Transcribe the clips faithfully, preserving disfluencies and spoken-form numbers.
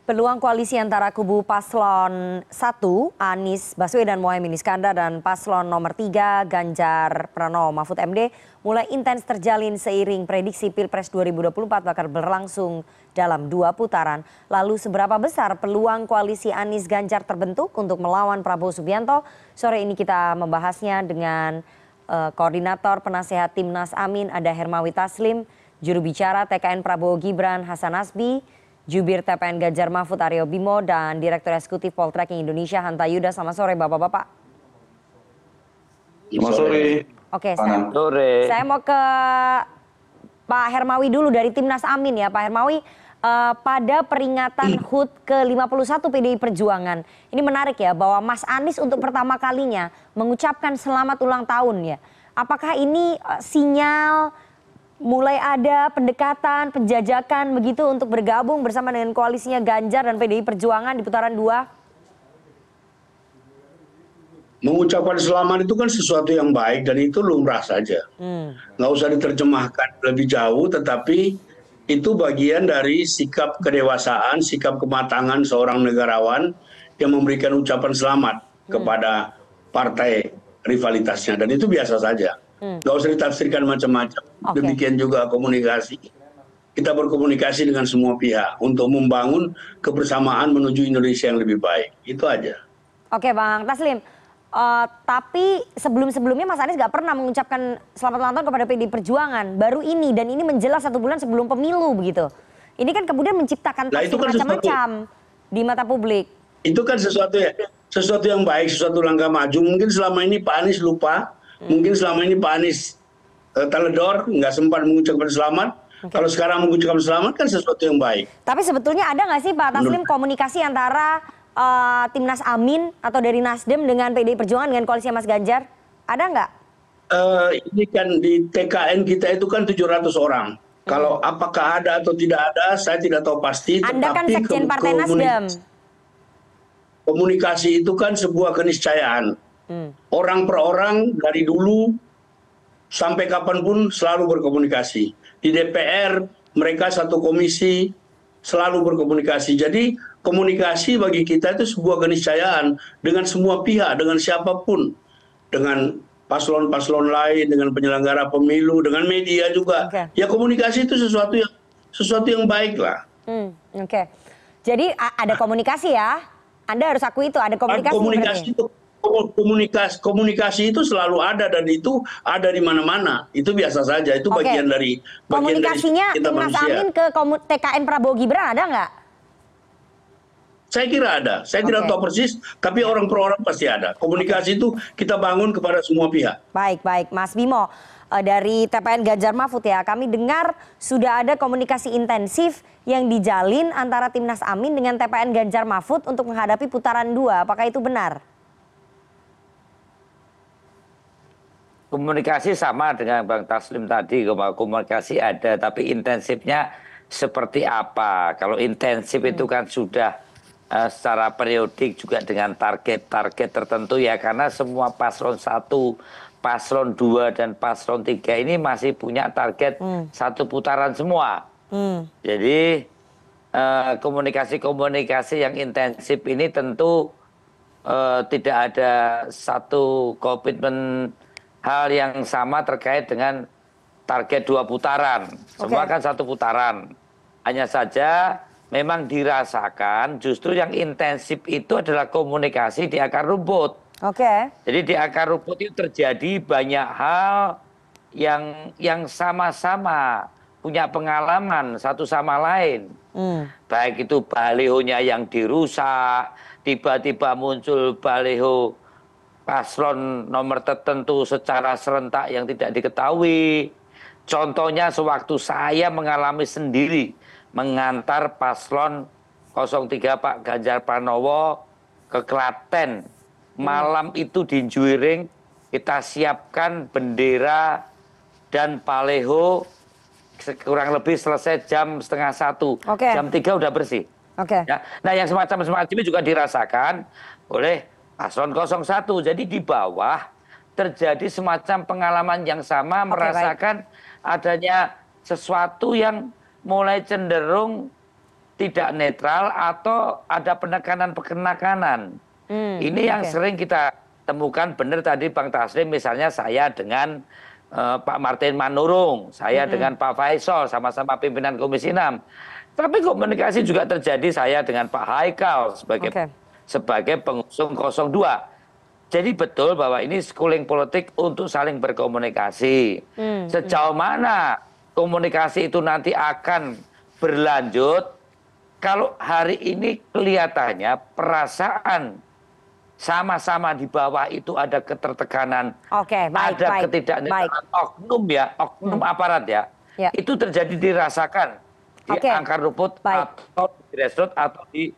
Peluang koalisi antara kubu Paslon satu, Anies Baswedan Mohaimin Iskandar, dan Paslon nomor tiga, Ganjar Pranowo Mahfud M D, mulai intens terjalin seiring prediksi Pilpres dua ribu dua puluh empat bakal berlangsung dalam dua putaran. Lalu seberapa besar peluang koalisi Anies Ganjar terbentuk untuk melawan Prabowo Subianto? Sore ini kita membahasnya dengan uh, Koordinator Penasehat Timnas Amin, ada Hermawi Taslim, juru bicara T K N Prabowo Gibran Hasan Nasbi, Jubir T P N Ganjar Mahfud Aryo Bimo, dan Direktur Eksekutif Poltreking Indonesia Hanta Yuda. Selamat sore Bapak-Bapak. Selamat sore. Oke, saya, sore. saya mau ke Pak Hermawi dulu dari Timnas Amin ya Pak Hermawi. Uh, pada peringatan H U T ke lima puluh satu P D I Perjuangan, ini menarik ya bahwa Mas Anies untuk pertama kalinya mengucapkan selamat ulang tahun ya. Apakah ini uh, sinyal mulai ada pendekatan, penjajakan begitu untuk bergabung bersama dengan koalisinya Ganjar dan P D I Perjuangan di putaran dua? Mengucapkan selamat itu kan sesuatu yang baik dan itu lumrah saja. Hmm. Nggak usah diterjemahkan lebih jauh, tetapi itu bagian dari sikap kedewasaan, sikap kematangan seorang negarawan yang memberikan ucapan selamat hmm. kepada partai rivalitasnya. Dan itu biasa saja. Hmm. Nggak usah ditafsirkan macam-macam. Okay. Demikian juga komunikasi. Kita berkomunikasi dengan semua pihak untuk membangun kebersamaan menuju Indonesia yang lebih baik. Itu aja. Oke Bang Taslim. Uh, tapi sebelum-sebelumnya Mas Anies nggak pernah mengucapkan selamat ulang tahun kepada P D I Perjuangan. Baru ini, dan ini menjelang satu bulan sebelum pemilu begitu. Ini kan kemudian menciptakan tafsir nah, kan macam-macam di mata publik. Itu kan sesuatu ya, sesuatu yang baik, sesuatu langkah maju. Mungkin selama ini Pak Anies lupa. Hmm. Mungkin selama ini Pak Anies uh, teledor, nggak sempat mengucapkan selamat. Okay. Kalau sekarang mengucapkan selamat kan sesuatu yang baik. Tapi sebetulnya ada nggak sih Pak Taslim komunikasi antara uh, Timnas Amin atau dari Nasdem dengan P D I Perjuangan dengan koalisi Mas Ganjar? Ada nggak? Uh, ini kan di T K N kita itu kan tujuh ratus orang. Hmm. Kalau apakah ada atau tidak ada, saya tidak tahu pasti. Anda kan Sekjen Partai Nasdem. Komunikasi itu kan sebuah keniscayaan. Hmm. Orang per orang dari dulu sampai kapanpun selalu berkomunikasi. Di D P R mereka satu komisi selalu berkomunikasi. Jadi komunikasi bagi kita itu sebuah keniscayaan dengan semua pihak, dengan siapapun. Dengan paslon-paslon lain, dengan penyelenggara pemilu, dengan media juga. Okay. Ya komunikasi itu sesuatu yang sesuatu yang baik lah. Hmm, Oke. Okay. Jadi ada komunikasi ya? Anda harus akui itu, ada komunikasi. Komunikasi itu. Komunikasi komunikasi itu selalu ada dan itu ada di mana-mana. Itu biasa saja. Itu Oke. bagian dari bagian komunikasinya dari kita Timnas manusia. Amin ke T K N Prabowo Gibran ada nggak? Saya kira ada. Saya Oke. tidak tahu persis, tapi orang per orang pasti ada. Komunikasi Oke. itu kita bangun kepada semua pihak. Baik, baik. Mas Bimo, dari T P N Ganjar Mahfud ya, kami dengar sudah ada komunikasi intensif yang dijalin antara Timnas Amin dengan T P N Ganjar Mahfud untuk menghadapi putaran dua. Apakah itu benar? Komunikasi sama dengan Bang Taslim tadi, komunikasi ada, tapi intensifnya seperti apa? Kalau intensif hmm. itu kan sudah uh, secara periodik juga dengan target-target tertentu ya, karena semua paslon satu, paslon dua, dan paslon tiga ini masih punya target hmm. satu putaran semua. Hmm. Jadi komunikasi-komunikasi uh, yang intensif ini tentu uh, tidak ada satu komitmen hal yang sama terkait dengan target dua putaran. Semua okay. kan satu putaran. Hanya saja memang dirasakan justru yang intensif itu adalah komunikasi di akar rumput. Oke. Okay. Jadi di akar rumput itu terjadi banyak hal yang yang sama-sama punya pengalaman satu sama lain. Hmm. Baik itu balihonya yang dirusak, tiba-tiba muncul baliho paslon nomor tertentu secara serentak yang tidak diketahui. Contohnya sewaktu saya mengalami sendiri mengantar paslon nol tiga Pak Ganjar Pranowo ke Klaten. Malam itu di Juwiring kita siapkan bendera dan baliho kurang lebih selesai jam setengah satu. Okay. Jam tiga udah bersih. Okay. Ya. Nah yang semacam-semacam ini juga dirasakan oleh paslon nol satu. Jadi di bawah terjadi semacam pengalaman yang sama, Oke, merasakan baik. adanya sesuatu yang mulai cenderung tidak netral atau ada penekanan-penekanan. Hmm, Ini yang okay. sering kita temukan. Benar tadi Bang Taslim, misalnya saya dengan uh, Pak Martin Manurung, saya hmm. dengan Pak Faisal, sama-sama pimpinan Komisi enam. Tapi komunikasi juga terjadi saya dengan Pak Haikal sebagai okay. sebagai pengusung nol dua. Jadi betul bahwa ini schooling politik untuk saling berkomunikasi. Hmm. Sejauh mana komunikasi itu nanti akan berlanjut, kalau hari ini kelihatannya perasaan sama-sama di bawah itu ada ketertekanan, Oke, baik, ada baik, ketidaknetralan oknum ya, oknum hmm. aparat ya. ya, itu terjadi dirasakan di Oke, akar rumput baik. atau di grassroots atau di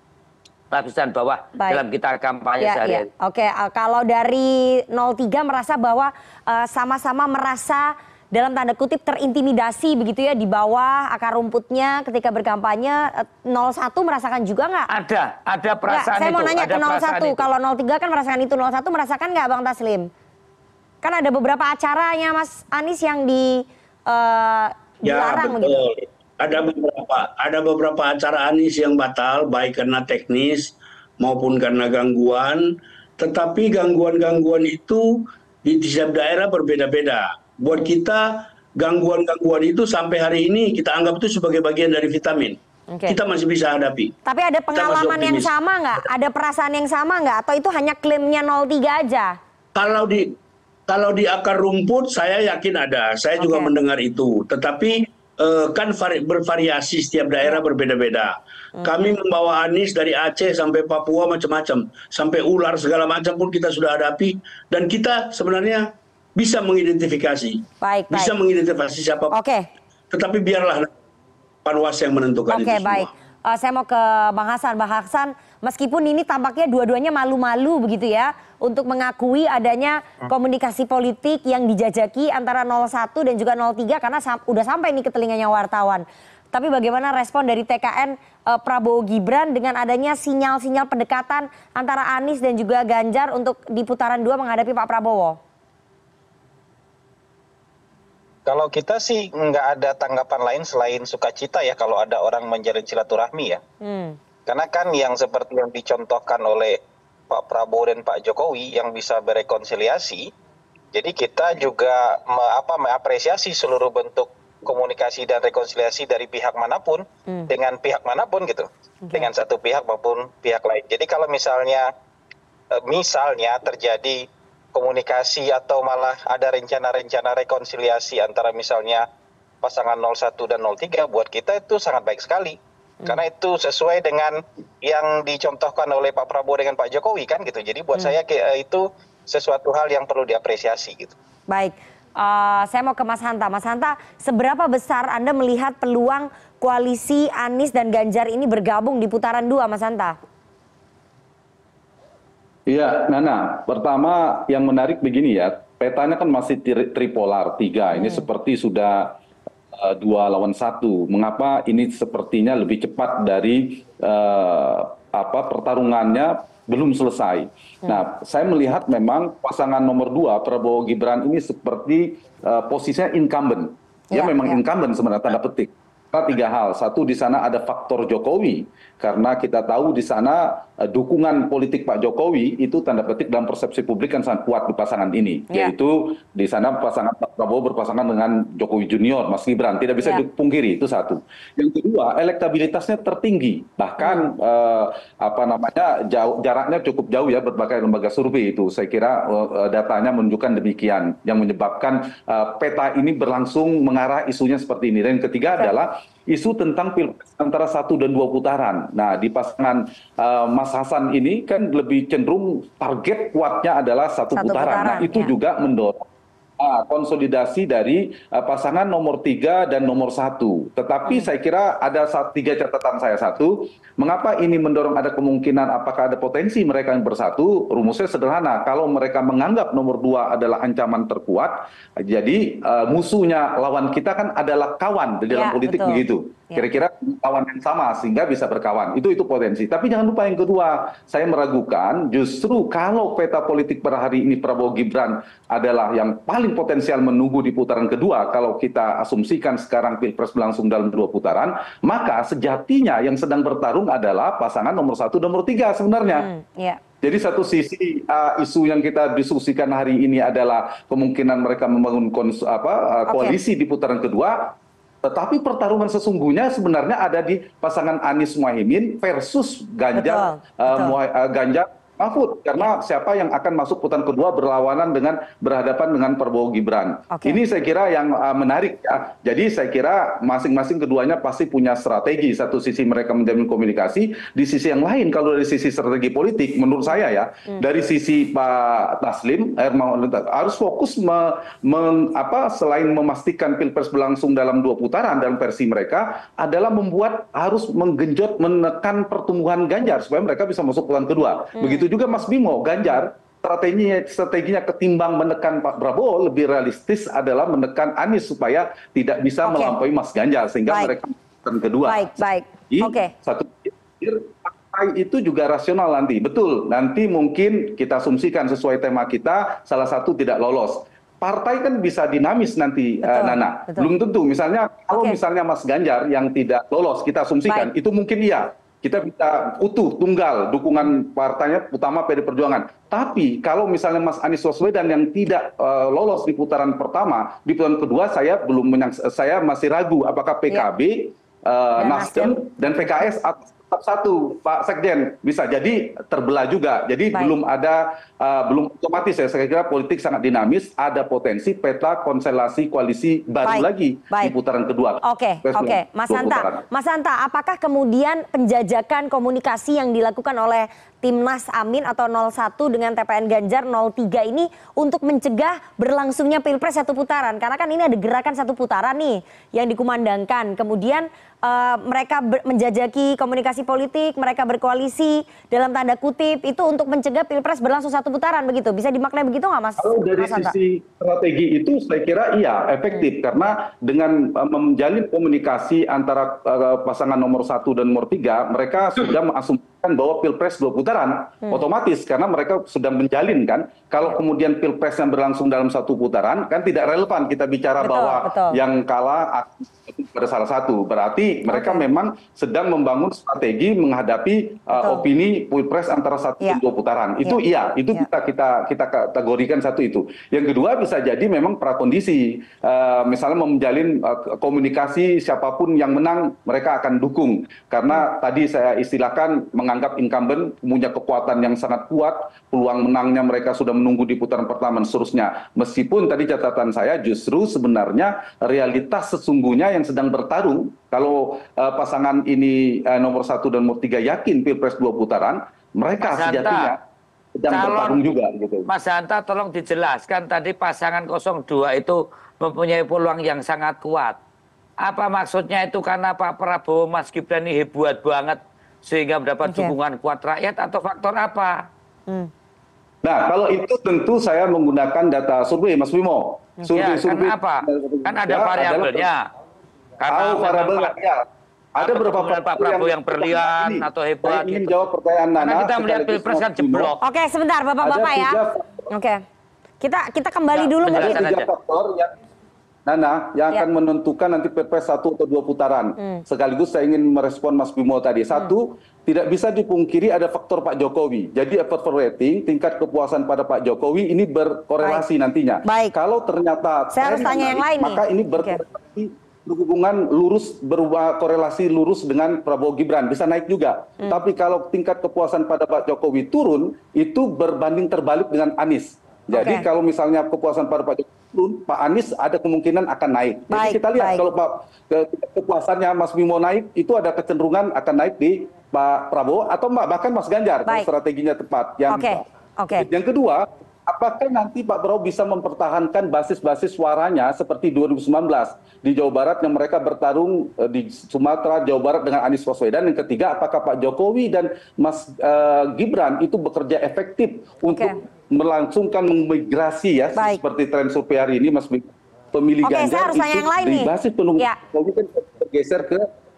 lapisan bawah baik. dalam kita kampanye ya, sehari-hari. Ya. Oke, uh, kalau dari nol tiga merasa bahwa sama-sama uh, merasa dalam tanda kutip terintimidasi begitu ya di bawah akar rumputnya ketika berkampanye. Nol satu merasakan juga nggak? Ada, ada perasaan nggak, saya itu. mau nanya ada ke nol satu, kalau nol tiga kan merasakan itu, nol satu merasakan nggak Bang Taslim? Kan ada beberapa acaranya Mas Anies yang di uh, dilarang ya, betul. begitu. Ada beberapa, ada beberapa acara Anies yang batal, baik karena teknis maupun karena gangguan. Tetapi gangguan-gangguan itu di setiap daerah berbeda-beda. Buat kita gangguan-gangguan itu sampai hari ini kita anggap itu sebagai bagian dari vitamin. Okay. Kita masih bisa hadapi. Tapi ada pengalaman yang sama nggak? Ada perasaan yang sama nggak? Atau itu hanya klaimnya nol tiga aja? Kalau di kalau di akar rumput saya yakin ada. Saya okay. juga mendengar itu. Tetapi eh, kan vari, bervariasi, setiap daerah berbeda-beda. Hmm. Kami membawa Anies dari Aceh sampai Papua macam-macam. Sampai ular segala macam pun kita sudah hadapi. Dan kita sebenarnya bisa mengidentifikasi, baik, bisa baik. mengidentifikasi siapa. Oke. Okay. Tetapi biarlah Panwas yang menentukan okay, itu semua. Oke, baik. Uh, saya mau ke Bang Hasan. Bang Hasan, meskipun ini tampaknya dua-duanya malu-malu begitu ya untuk mengakui adanya hmm. komunikasi politik yang dijajaki antara nol satu dan juga nol tiga karena sam udah sampai nih ke telinganya wartawan. Tapi bagaimana respon dari T K N uh, Prabowo Gibran dengan adanya sinyal-sinyal pendekatan antara Anies dan juga Ganjar untuk di putaran dua menghadapi Pak Prabowo? Kalau kita sih nggak ada tanggapan lain selain sukacita ya kalau ada orang menjalin silaturahmi ya. Hmm. Karena kan yang seperti yang dicontohkan oleh Pak Prabowo dan Pak Jokowi yang bisa berekonsiliasi, jadi kita juga me, apa, mengapresiasi seluruh bentuk komunikasi dan rekonsiliasi dari pihak manapun hmm. dengan pihak manapun gitu, okay. dengan satu pihak maupun pihak lain. Jadi kalau misalnya misalnya terjadi komunikasi atau malah ada rencana-rencana rekonsiliasi antara misalnya pasangan nol satu dan nol tiga, buat kita itu sangat baik sekali. Hmm. Karena itu sesuai dengan yang dicontohkan oleh Pak Prabowo dengan Pak Jokowi kan gitu. Jadi buat hmm. saya itu sesuatu hal yang perlu diapresiasi gitu. Baik, uh, saya mau ke Mas Hanta. Mas Hanta, seberapa besar Anda melihat peluang koalisi Anies dan Ganjar ini bergabung di putaran dua, Mas Hanta? Iya, Nana. Pertama yang menarik begini ya, petanya kan masih tri tripolar tiga. Ini hmm. seperti sudah uh, dua lawan satu. Mengapa ini sepertinya lebih cepat dari uh, apa pertarungannya belum selesai? Hmm. Nah, saya melihat memang pasangan nomor dua Prabowo Gibran ini seperti uh, posisinya incumbent. Dia ya, memang ya. incumbent sebenarnya tanda petik. Tiga hal. Satu, di sana ada faktor Jokowi, karena kita tahu di sana uh, dukungan politik Pak Jokowi itu tanda petik dalam persepsi publik kan sangat kuat di pasangan ini, yeah. yaitu di sana pasangan Pak Prabowo berpasangan dengan Jokowi Junior, Mas Gibran, tidak bisa yeah. dipungkiri, itu satu. Yang kedua, elektabilitasnya tertinggi, bahkan mm. uh, apa namanya jauh, jaraknya cukup jauh ya berbagai lembaga survei itu. Saya kira uh, datanya menunjukkan demikian, yang menyebabkan uh, peta ini berlangsung mengarah isunya seperti ini. Dan yang ketiga okay. adalah isu tentang pilpres antara satu dan dua putaran. Nah, di pasangan uh, Mas Hasan ini kan lebih cenderung target kuatnya adalah satu, satu putaran. putaran. Nah, itu ya. juga mendorong uh, konsolidasi dari uh, pasangan nomor tiga dan nomor satu. Tetapi hmm. saya kira ada tiga catatan saya. Satu, mengapa ini mendorong ada kemungkinan apakah ada potensi mereka yang bersatu? Rumusnya sederhana. Kalau mereka menganggap nomor dua adalah ancaman terkuat, jadi uh, musuhnya lawan kita kan adalah kawan di dalam ya, politik betul. begitu. Kira-kira kawan yang sama sehingga bisa berkawan. Itu itu potensi. Tapi jangan lupa yang kedua, saya meragukan justru kalau peta politik per hari ini Prabowo Gibran adalah yang paling potensial menunggu di putaran kedua, kalau kita asumsikan sekarang Pilpres berlangsung dalam dua putaran, maka sejatinya yang sedang bertarung adalah pasangan nomor satu dan nomor tiga sebenarnya. Hmm, yeah. Jadi satu sisi uh, isu yang kita diskusikan hari ini adalah kemungkinan mereka membangun kons apa, uh, koalisi okay. di putaran kedua. Tetapi pertarungan sesungguhnya sebenarnya ada di pasangan Anies Muhaimin versus Ganjar, betul, uh, betul. Uh, Ganjar Mahfud, karena siapa yang akan masuk putaran kedua berlawanan dengan berhadapan dengan Prabowo Gibran. Okay. Ini saya kira yang uh, menarik ya. Jadi saya kira masing-masing keduanya pasti punya strategi. Satu sisi mereka menjamin komunikasi, di sisi yang lain kalau dari sisi strategi politik menurut saya ya, hmm. dari sisi Pak Taslim harus fokus me, me, apa, selain memastikan Pilpres berlangsung dalam dua putaran dalam versi mereka adalah membuat harus menggenjot menekan pertumbuhan Ganjar supaya mereka bisa masuk putaran kedua. Hmm. Begitu juga Mas Bimo, Ganjar strateginya strateginya ketimbang menekan Pak Prabowo lebih realistis adalah menekan Anies supaya tidak bisa okay. melampaui Mas Ganjar sehingga baik. mereka putaran kedua. Baik, baik. Oke. Okay. Satu partai itu juga rasional nanti. Betul, nanti mungkin kita asumsikan sesuai tema kita salah satu tidak lolos. Partai kan bisa dinamis nanti, betul, uh, Nana. Betul. Belum tentu. Misalnya kalau okay. misalnya Mas Ganjar yang tidak lolos kita asumsikan baik. itu mungkin iya. Kita bisa utuh, tunggal, dukungan partainya, utama P D Perjuangan. Tapi kalau misalnya Mas Anies Baswedan yang tidak uh, lolos di putaran pertama, di putaran kedua saya belum menyang, saya masih ragu apakah P K B, ya. uh, Nasdem, dan P K S atau tetap satu, Pak Sekjen, bisa jadi terbelah juga. Jadi baik. belum ada, uh, belum otomatis ya, saya kira politik sangat dinamis, ada potensi peta konstelasi koalisi baru baik. lagi baik. di putaran kedua. Oke, oke, okay. Mas Hanta, Mas Hanta, apakah kemudian penjajakan komunikasi yang dilakukan oleh Timnas Amin atau nol satu dengan T P N Ganjar nol tiga ini untuk mencegah berlangsungnya Pilpres satu putaran? Karena kan ini ada gerakan satu putaran nih yang dikumandangkan. Kemudian uh, mereka menjajaki komunikasi politik, mereka berkoalisi dalam tanda kutip itu untuk mencegah Pilpres berlangsung satu putaran begitu. Bisa dimaknai begitu nggak Mas? Kalau dari Mas sisi strategi itu saya kira iya efektif hmm. karena dengan uh, menjalin komunikasi antara uh, pasangan nomor satu dan nomor tiga mereka sudah mengasumsikan bahwa Pilpres dua putaran hmm. otomatis karena mereka sudah menjalin kan. Kalau kemudian Pilpres yang berlangsung dalam satu putaran kan tidak relevan kita bicara betul, bahwa betul. yang kalah pada salah satu. Berarti mereka okay. memang sedang membangun strategi menghadapi uh, opini Pilpres antara satu yeah. dan dua putaran. Itu yeah. iya, itu yeah. kita kita kita kategorikan satu itu. Yang kedua bisa jadi memang prakondisi. Uh, misalnya menjalin uh, komunikasi siapapun yang menang mereka akan dukung. Karena hmm. tadi saya istilahkan menganggap incumbent punya kekuatan yang sangat kuat, peluang menangnya mereka sudah menunggu di putaran pertama dan seterusnya. Meskipun tadi catatan saya justru sebenarnya realitas sesungguhnya yang sedang bertarung, kalau uh, pasangan ini uh, nomor satu dan nomor tiga yakin Pilpres dua putaran, mereka Mas sejatinya Hanta, sedang calon, bertarung juga. Gitu. Mas Hanta tolong dijelaskan tadi pasangan nol dua itu mempunyai peluang yang sangat kuat. Apa maksudnya itu karena Pak Prabowo Mas Gibran ini hebat banget sehingga mendapat okay. dukungan kuat rakyat atau faktor apa? Hmm. Nah, kalau itu tentu saya menggunakan data survei, Mas Bimo. Survei-survei ya, kan apa? Kan ada variabelnya. Karena oh, variabelnya. Ya. Ada beberapa Pak Prabowo yang, yang berlian atau hebat. Saya ingin gitu. jawab pertanyaan Nana. Karena kita melihat Pilpres kan jeblok. Oke, sebentar Bapak-bapak ya. Oke. Kita kita kembali ya, dulu mungkin. Ada tiga faktor yang Nana, yang ya. akan menentukan nanti Pilpres satu atau dua putaran. Hmm. Sekaligus saya ingin merespon Mas Bimo tadi. Satu, hmm. tidak bisa dipungkiri ada faktor Pak Jokowi. Jadi approval rating, tingkat kepuasan pada Pak Jokowi ini berkorelasi Baik. nantinya. Baik. Kalau ternyata saya harus tanya yang lain maka nih. ini berkorelasi okay. berhubungan lurus, berubah korelasi lurus dengan Prabowo Gibran. Bisa naik juga. Hmm. Tapi kalau tingkat kepuasan pada Pak Jokowi turun, itu berbanding terbalik dengan Anies. Jadi okay. kalau misalnya kepuasan pada Pak Jokowi turun, Pak Anies ada kemungkinan akan naik. Baik, Jadi kita lihat baik. kalau Pak ke, kepuasannya Mas Bimo naik, itu ada kecenderungan akan naik di Pak Prabowo atau bahkan Mas Ganjar kalau strateginya tepat. Yang, okay. Okay. yang kedua, apakah nanti Pak Prabowo bisa mempertahankan basis-basis suaranya seperti dua ribu sembilan belas di Jawa Barat yang mereka bertarung di Sumatera, Jawa Barat dengan Anies Baswedan. Yang ketiga, apakah Pak Jokowi dan Mas uh, Gibran itu bekerja efektif okay. untuk melangsungkan migrasi ya Baik. seperti tren survei hari ini Mas pemilih Oke, Ganjar itu yang lain di basis pendukung ya. Jokowi kan bergeser ke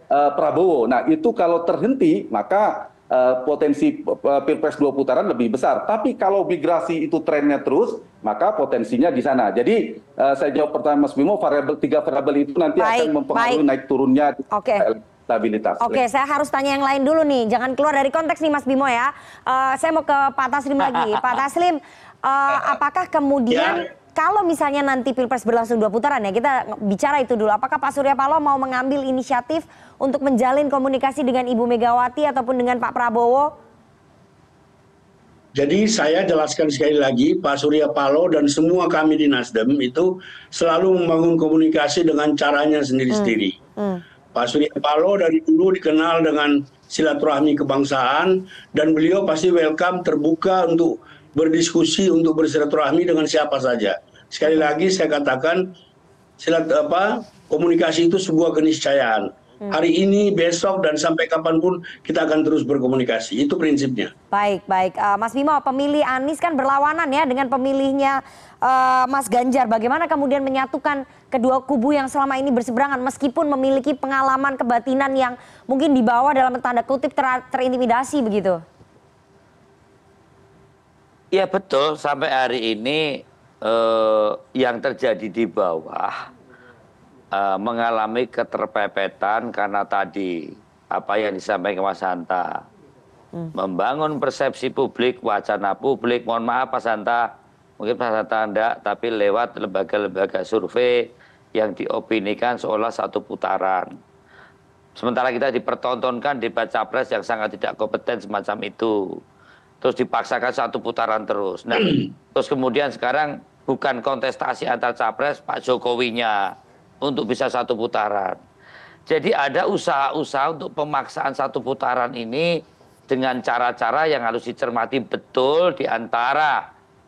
uh, Prabowo. Nah itu kalau terhenti maka uh, potensi uh, Pilpres dua putaran lebih besar. Tapi kalau migrasi itu trennya terus, maka potensinya di sana. Jadi uh, saya jawab pertanyaan Mas Bimo, variabel tiga variabel itu nanti baik, akan mempengaruhi baik. naik turunnya okay. elektabilitas. Oke, okay, saya harus tanya yang lain dulu nih. Jangan keluar dari konteks nih Mas Bimo ya. Uh, saya mau ke Pak Taslim lagi. Pak Taslim, uh, apakah kemudian ya. Kalau misalnya nanti Pilpres berlangsung dua putaran ya, kita bicara itu dulu. Apakah Pak Surya Paloh mau mengambil inisiatif untuk menjalin komunikasi dengan Ibu Megawati ataupun dengan Pak Prabowo? Jadi saya jelaskan sekali lagi, Pak Surya Paloh dan semua kami di Nasdem itu selalu membangun komunikasi dengan caranya sendiri-sendiri. Hmm. Hmm. Pak Surya Paloh dari dulu dikenal dengan silaturahmi kebangsaan dan beliau pasti welcome, terbuka untuk berdiskusi, untuk bersilaturahmi dengan siapa saja. Sekali lagi saya katakan silat apa komunikasi itu sebuah keniscayaan. Hmm. Hari ini, besok dan sampai kapanpun kita akan terus berkomunikasi. Itu prinsipnya. Baik, baik. Uh, Mas Bimo, pemilih Anies kan berlawanan ya dengan pemilihnya uh, Mas Ganjar. Bagaimana kemudian menyatukan kedua kubu yang selama ini berseberangan meskipun memiliki pengalaman kebatinan yang mungkin dibawa dalam tanda kutip ter terintimidasi begitu? Ya betul, sampai hari ini eh, yang terjadi di bawah eh, mengalami keterpepetan karena tadi apa yang disampaikan Mas Hanta. Hmm. Membangun persepsi publik, wacana publik, mohon maaf Mas Hanta, mungkin Mas Hanta enggak, tapi lewat lembaga-lembaga survei yang diopinikan seolah satu putaran. Sementara kita dipertontonkan debat capres yang sangat tidak kompeten semacam itu. Terus dipaksakan satu putaran terus. Nah, terus kemudian sekarang bukan kontestasi antar capres, Pak Jokowinya untuk bisa satu putaran. Jadi ada usaha-usaha untuk pemaksaan satu putaran ini dengan cara-cara yang harus dicermati betul di antara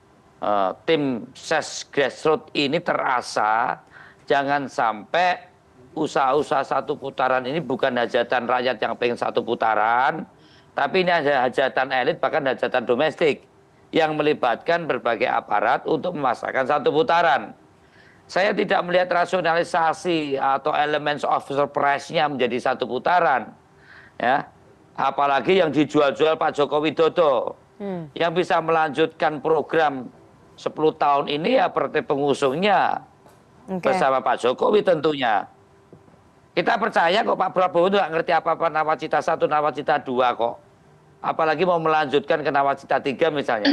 uh, tim ses grassroots ini terasa jangan sampai usaha-usaha satu putaran ini bukan hajatan rakyat yang pengen satu putaran, tapi ini ada hajatan elit bahkan hajatan domestik yang melibatkan berbagai aparat untuk memaksakan satu putaran. Saya tidak melihat rasionalisasi atau elements of surprise-nya menjadi satu putaran. Ya. Apalagi yang dijual-jual Pak Joko Widodo. Hmm. Yang bisa melanjutkan program sepuluh tahun ini ya partai pengusungnya. Okay. Bersama Pak Jokowi tentunya. Kita percaya kok Pak Prabowo itu nggak ngerti apa-apa nawacita satu, nawacita dua kok. Apalagi mau melanjutkan ke nawacita tiga misalnya.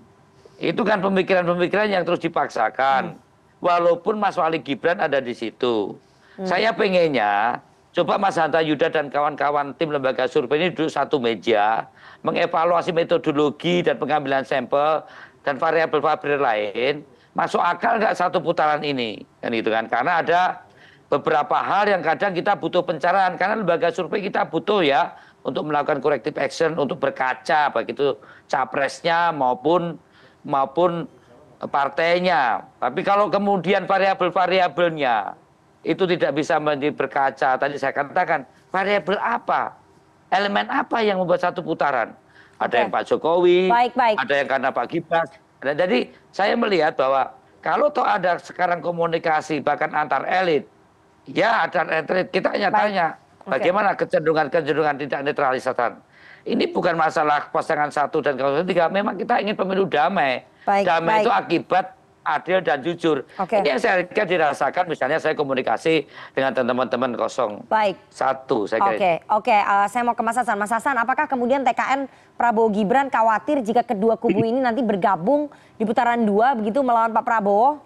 Itu kan pemikiran-pemikiran yang terus dipaksakan. Hmm. Walaupun Mas Wali Gibran ada di situ. Hmm. Saya pengennya, coba Mas Hanta Yuda dan kawan-kawan tim lembaga survei ini duduk satu meja, mengevaluasi metodologi dan pengambilan sampel, dan variabel-variabel lain, masuk akal nggak satu putaran ini. Kan itu kan, karena ada beberapa hal yang kadang kita butuh pencerahan, karena lembaga survei kita butuh ya, untuk melakukan corrective action, untuk berkaca, baik itu capresnya maupun maupun partainya. Tapi kalau kemudian variabel-variabelnya itu tidak bisa menjadi berkaca, tadi saya katakan, variabel apa? Elemen apa yang membuat satu putaran? Ada Oke. yang Pak Jokowi, baik, baik. ada yang karena Pak Gibran. Nah, jadi saya melihat bahwa kalau toh ada sekarang komunikasi bahkan antar elit, ya ada elit, kita hanya baik. tanya, bagaimana kecenderungan-kecenderungan tidak netralisatan. Ini bukan masalah pasangan satu dan pasangan tiga. Memang kita ingin pemilu damai. Baik, damai baik. itu akibat adil dan jujur. Oke. Ini yang saya kira dirasakan. Misalnya saya komunikasi dengan teman-teman kosong baik. satu. Saya kira. Oke, oke. Uh, saya mau ke Mas Hasan. Mas Hasan, apakah kemudian T K N Prabowo Gibran khawatir jika kedua kubu ini nanti bergabung di putaran dua begitu melawan Pak Prabowo?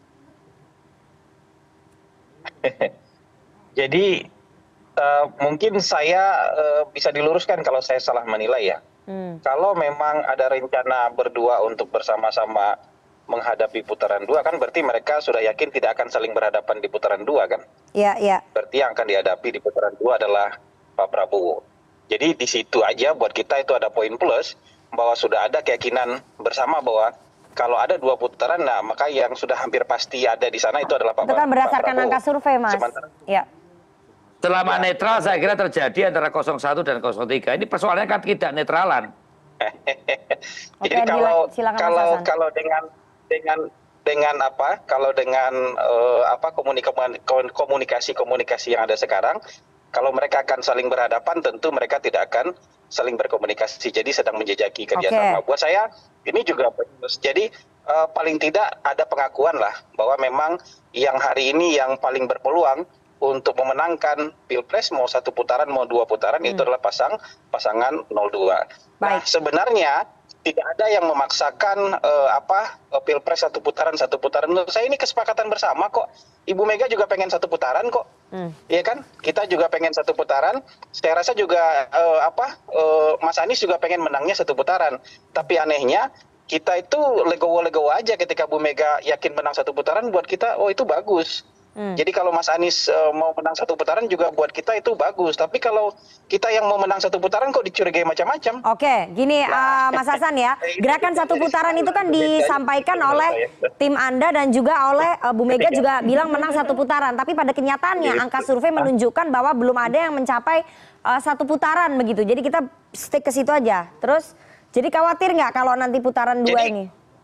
Jadi Uh, mungkin saya uh, bisa diluruskan kalau saya salah menilai ya. Hmm. Kalau memang ada rencana berdua untuk bersama-sama menghadapi putaran dua, kan berarti mereka sudah yakin tidak akan saling berhadapan di putaran dua kan? Iya, iya. Berarti yang akan dihadapi di putaran dua adalah Pak Prabowo. Jadi di situ aja buat kita itu ada poin plus bahwa sudah ada keyakinan bersama bahwa kalau ada dua putaran, nah maka yang sudah hampir pasti ada di sana itu adalah Pak Prabowo. Itu kan berdasarkan angka survei, Mas. Iya. Selama ya. netral saya kira terjadi antara nol satu dan nol tiga. Ini persoalannya kan tidak netralan. Jadi Oke, kalau kalau kalau dengan dengan dengan apa? Kalau dengan uh, apa komunikasi komunikasi komunikasi yang ada sekarang, Kalau mereka akan saling berhadapan, tentu mereka tidak akan saling berkomunikasi. Jadi sedang menjejaki kerjasama. Oke. Buat saya ini juga bagus. Jadi uh, paling tidak ada pengakuan lah bahwa memang yang hari ini yang paling berpeluang untuk memenangkan pilpres mau satu putaran mau dua putaran Hmm. itu adalah pasang pasangan nol dua. Nah, Baik. sebenarnya tidak ada yang memaksakan eh, apa eh, pilpres satu putaran satu putaran. Menurut saya ini kesepakatan bersama kok. Ibu Mega juga pengen satu putaran kok. Hmm. Iya kan? Kita juga pengen satu putaran. Saya rasa juga eh, apa eh, Mas Anies juga pengen menangnya satu putaran. Tapi anehnya kita itu legowo-legowo aja ketika Bu Mega yakin menang satu putaran, buat kita oh itu bagus. Hmm. Jadi kalau Mas Anies uh, mau menang satu putaran juga buat kita itu bagus. Tapi kalau kita yang mau menang satu putaran kok dicurigai macam-macam. Oke, gini uh, Mas Hasan ya, gerakan satu putaran itu kan disampaikan oleh tim Anda dan juga oleh uh, Bu Mega juga bilang menang satu putaran. Tapi pada kenyataannya angka survei menunjukkan bahwa belum ada yang mencapai uh, satu putaran begitu. Jadi kita stick ke situ aja. Terus, jadi khawatir nggak kalau nanti putaran dua Jadi, ini?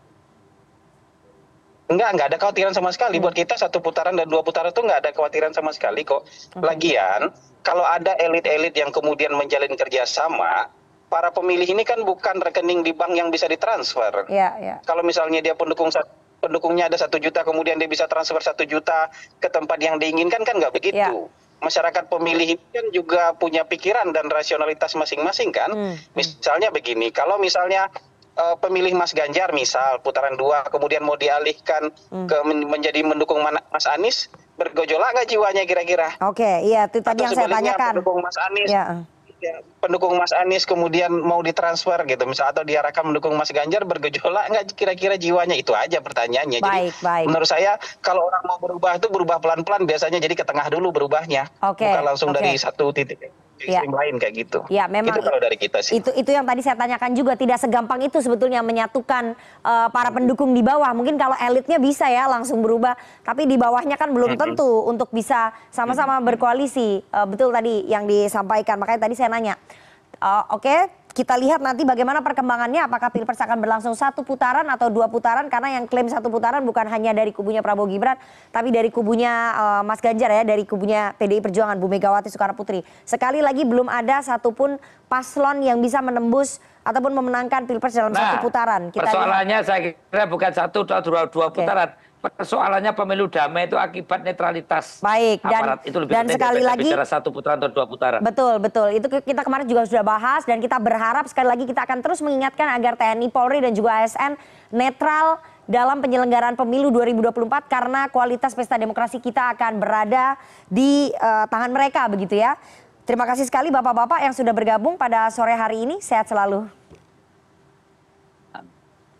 Enggak, enggak ada kekhawatiran sama sekali. Buat kita satu putaran dan dua putaran itu enggak ada kekhawatiran sama sekali kok. Lagian, kalau ada elit-elit yang kemudian menjalin kerjasama, para pemilih ini kan bukan rekening di bank yang bisa ditransfer. Iya, iya. Kalau misalnya dia pendukung pendukungnya ada satu juta, kemudian dia bisa transfer satu juta ke tempat yang diinginkan, kan nggak begitu. Ya. Masyarakat pemilih itu kan juga punya pikiran dan rasionalitas masing-masing kan. Hmm. Misalnya begini, kalau misalnya Uh, pemilih Mas Ganjar misal putaran dua kemudian mau dialihkan Hmm. ke men menjadi mendukung Mas Anies, bergejolak nggak jiwanya kira-kira? Oke, iya itu tadi Atau yang saya sebaliknya, tanyakan. pendukung Mas Anies, Ya. ya, pendukung Mas Anies kemudian mau ditransfer gitu, misal atau diarahkan mendukung Mas Ganjar, bergejolak nggak kira-kira jiwanya? Itu aja pertanyaannya. Baik, Jadi baik. menurut saya kalau orang mau berubah itu berubah pelan-pelan, biasanya jadi ke tengah dulu berubahnya, Oke, bukan langsung oke. dari satu titik ke Ya. ekstrem lain kayak gitu. Ya, memang Itu kalau dari kita sih. Itu itu yang tadi saya tanyakan juga, tidak segampang itu sebetulnya menyatukan uh, para pendukung di bawah. Mungkin kalau elitnya bisa ya langsung berubah, tapi di bawahnya kan belum tentu untuk bisa sama-sama berkoalisi. Uh, betul tadi yang disampaikan. Makanya tadi saya nanya. Uh, Oke, okay, kita lihat nanti bagaimana perkembangannya. Apakah pilpres akan berlangsung satu putaran atau dua putaran? Karena yang klaim satu putaran bukan hanya dari kubunya Prabowo Gibran, tapi dari kubunya uh, Mas Ganjar ya, dari kubunya P D I Perjuangan Bu Megawati Soekarno Putri. Sekali lagi belum ada satupun paslon yang bisa menembus ataupun memenangkan pilpres dalam Nah, satu putaran. Kita persoalannya lihat. saya kira bukan satu atau dua, dua Oke. putaran. Persoalannya pemilu damai itu akibat netralitas Baik, dan- aparat. Itu lebih dan penting sekali daripada lagi- bicara satu putaran atau dua putaran. Betul, betul. Itu kita kemarin juga sudah bahas dan kita berharap sekali lagi kita akan terus mengingatkan agar T N I, Polri dan juga A S N netral dalam penyelenggaraan pemilu dua ribu dua puluh empat karena kualitas pesta demokrasi kita akan berada di uh, tangan mereka begitu ya. Terima kasih sekali Bapak-bapak yang sudah bergabung pada sore hari ini. Sehat selalu.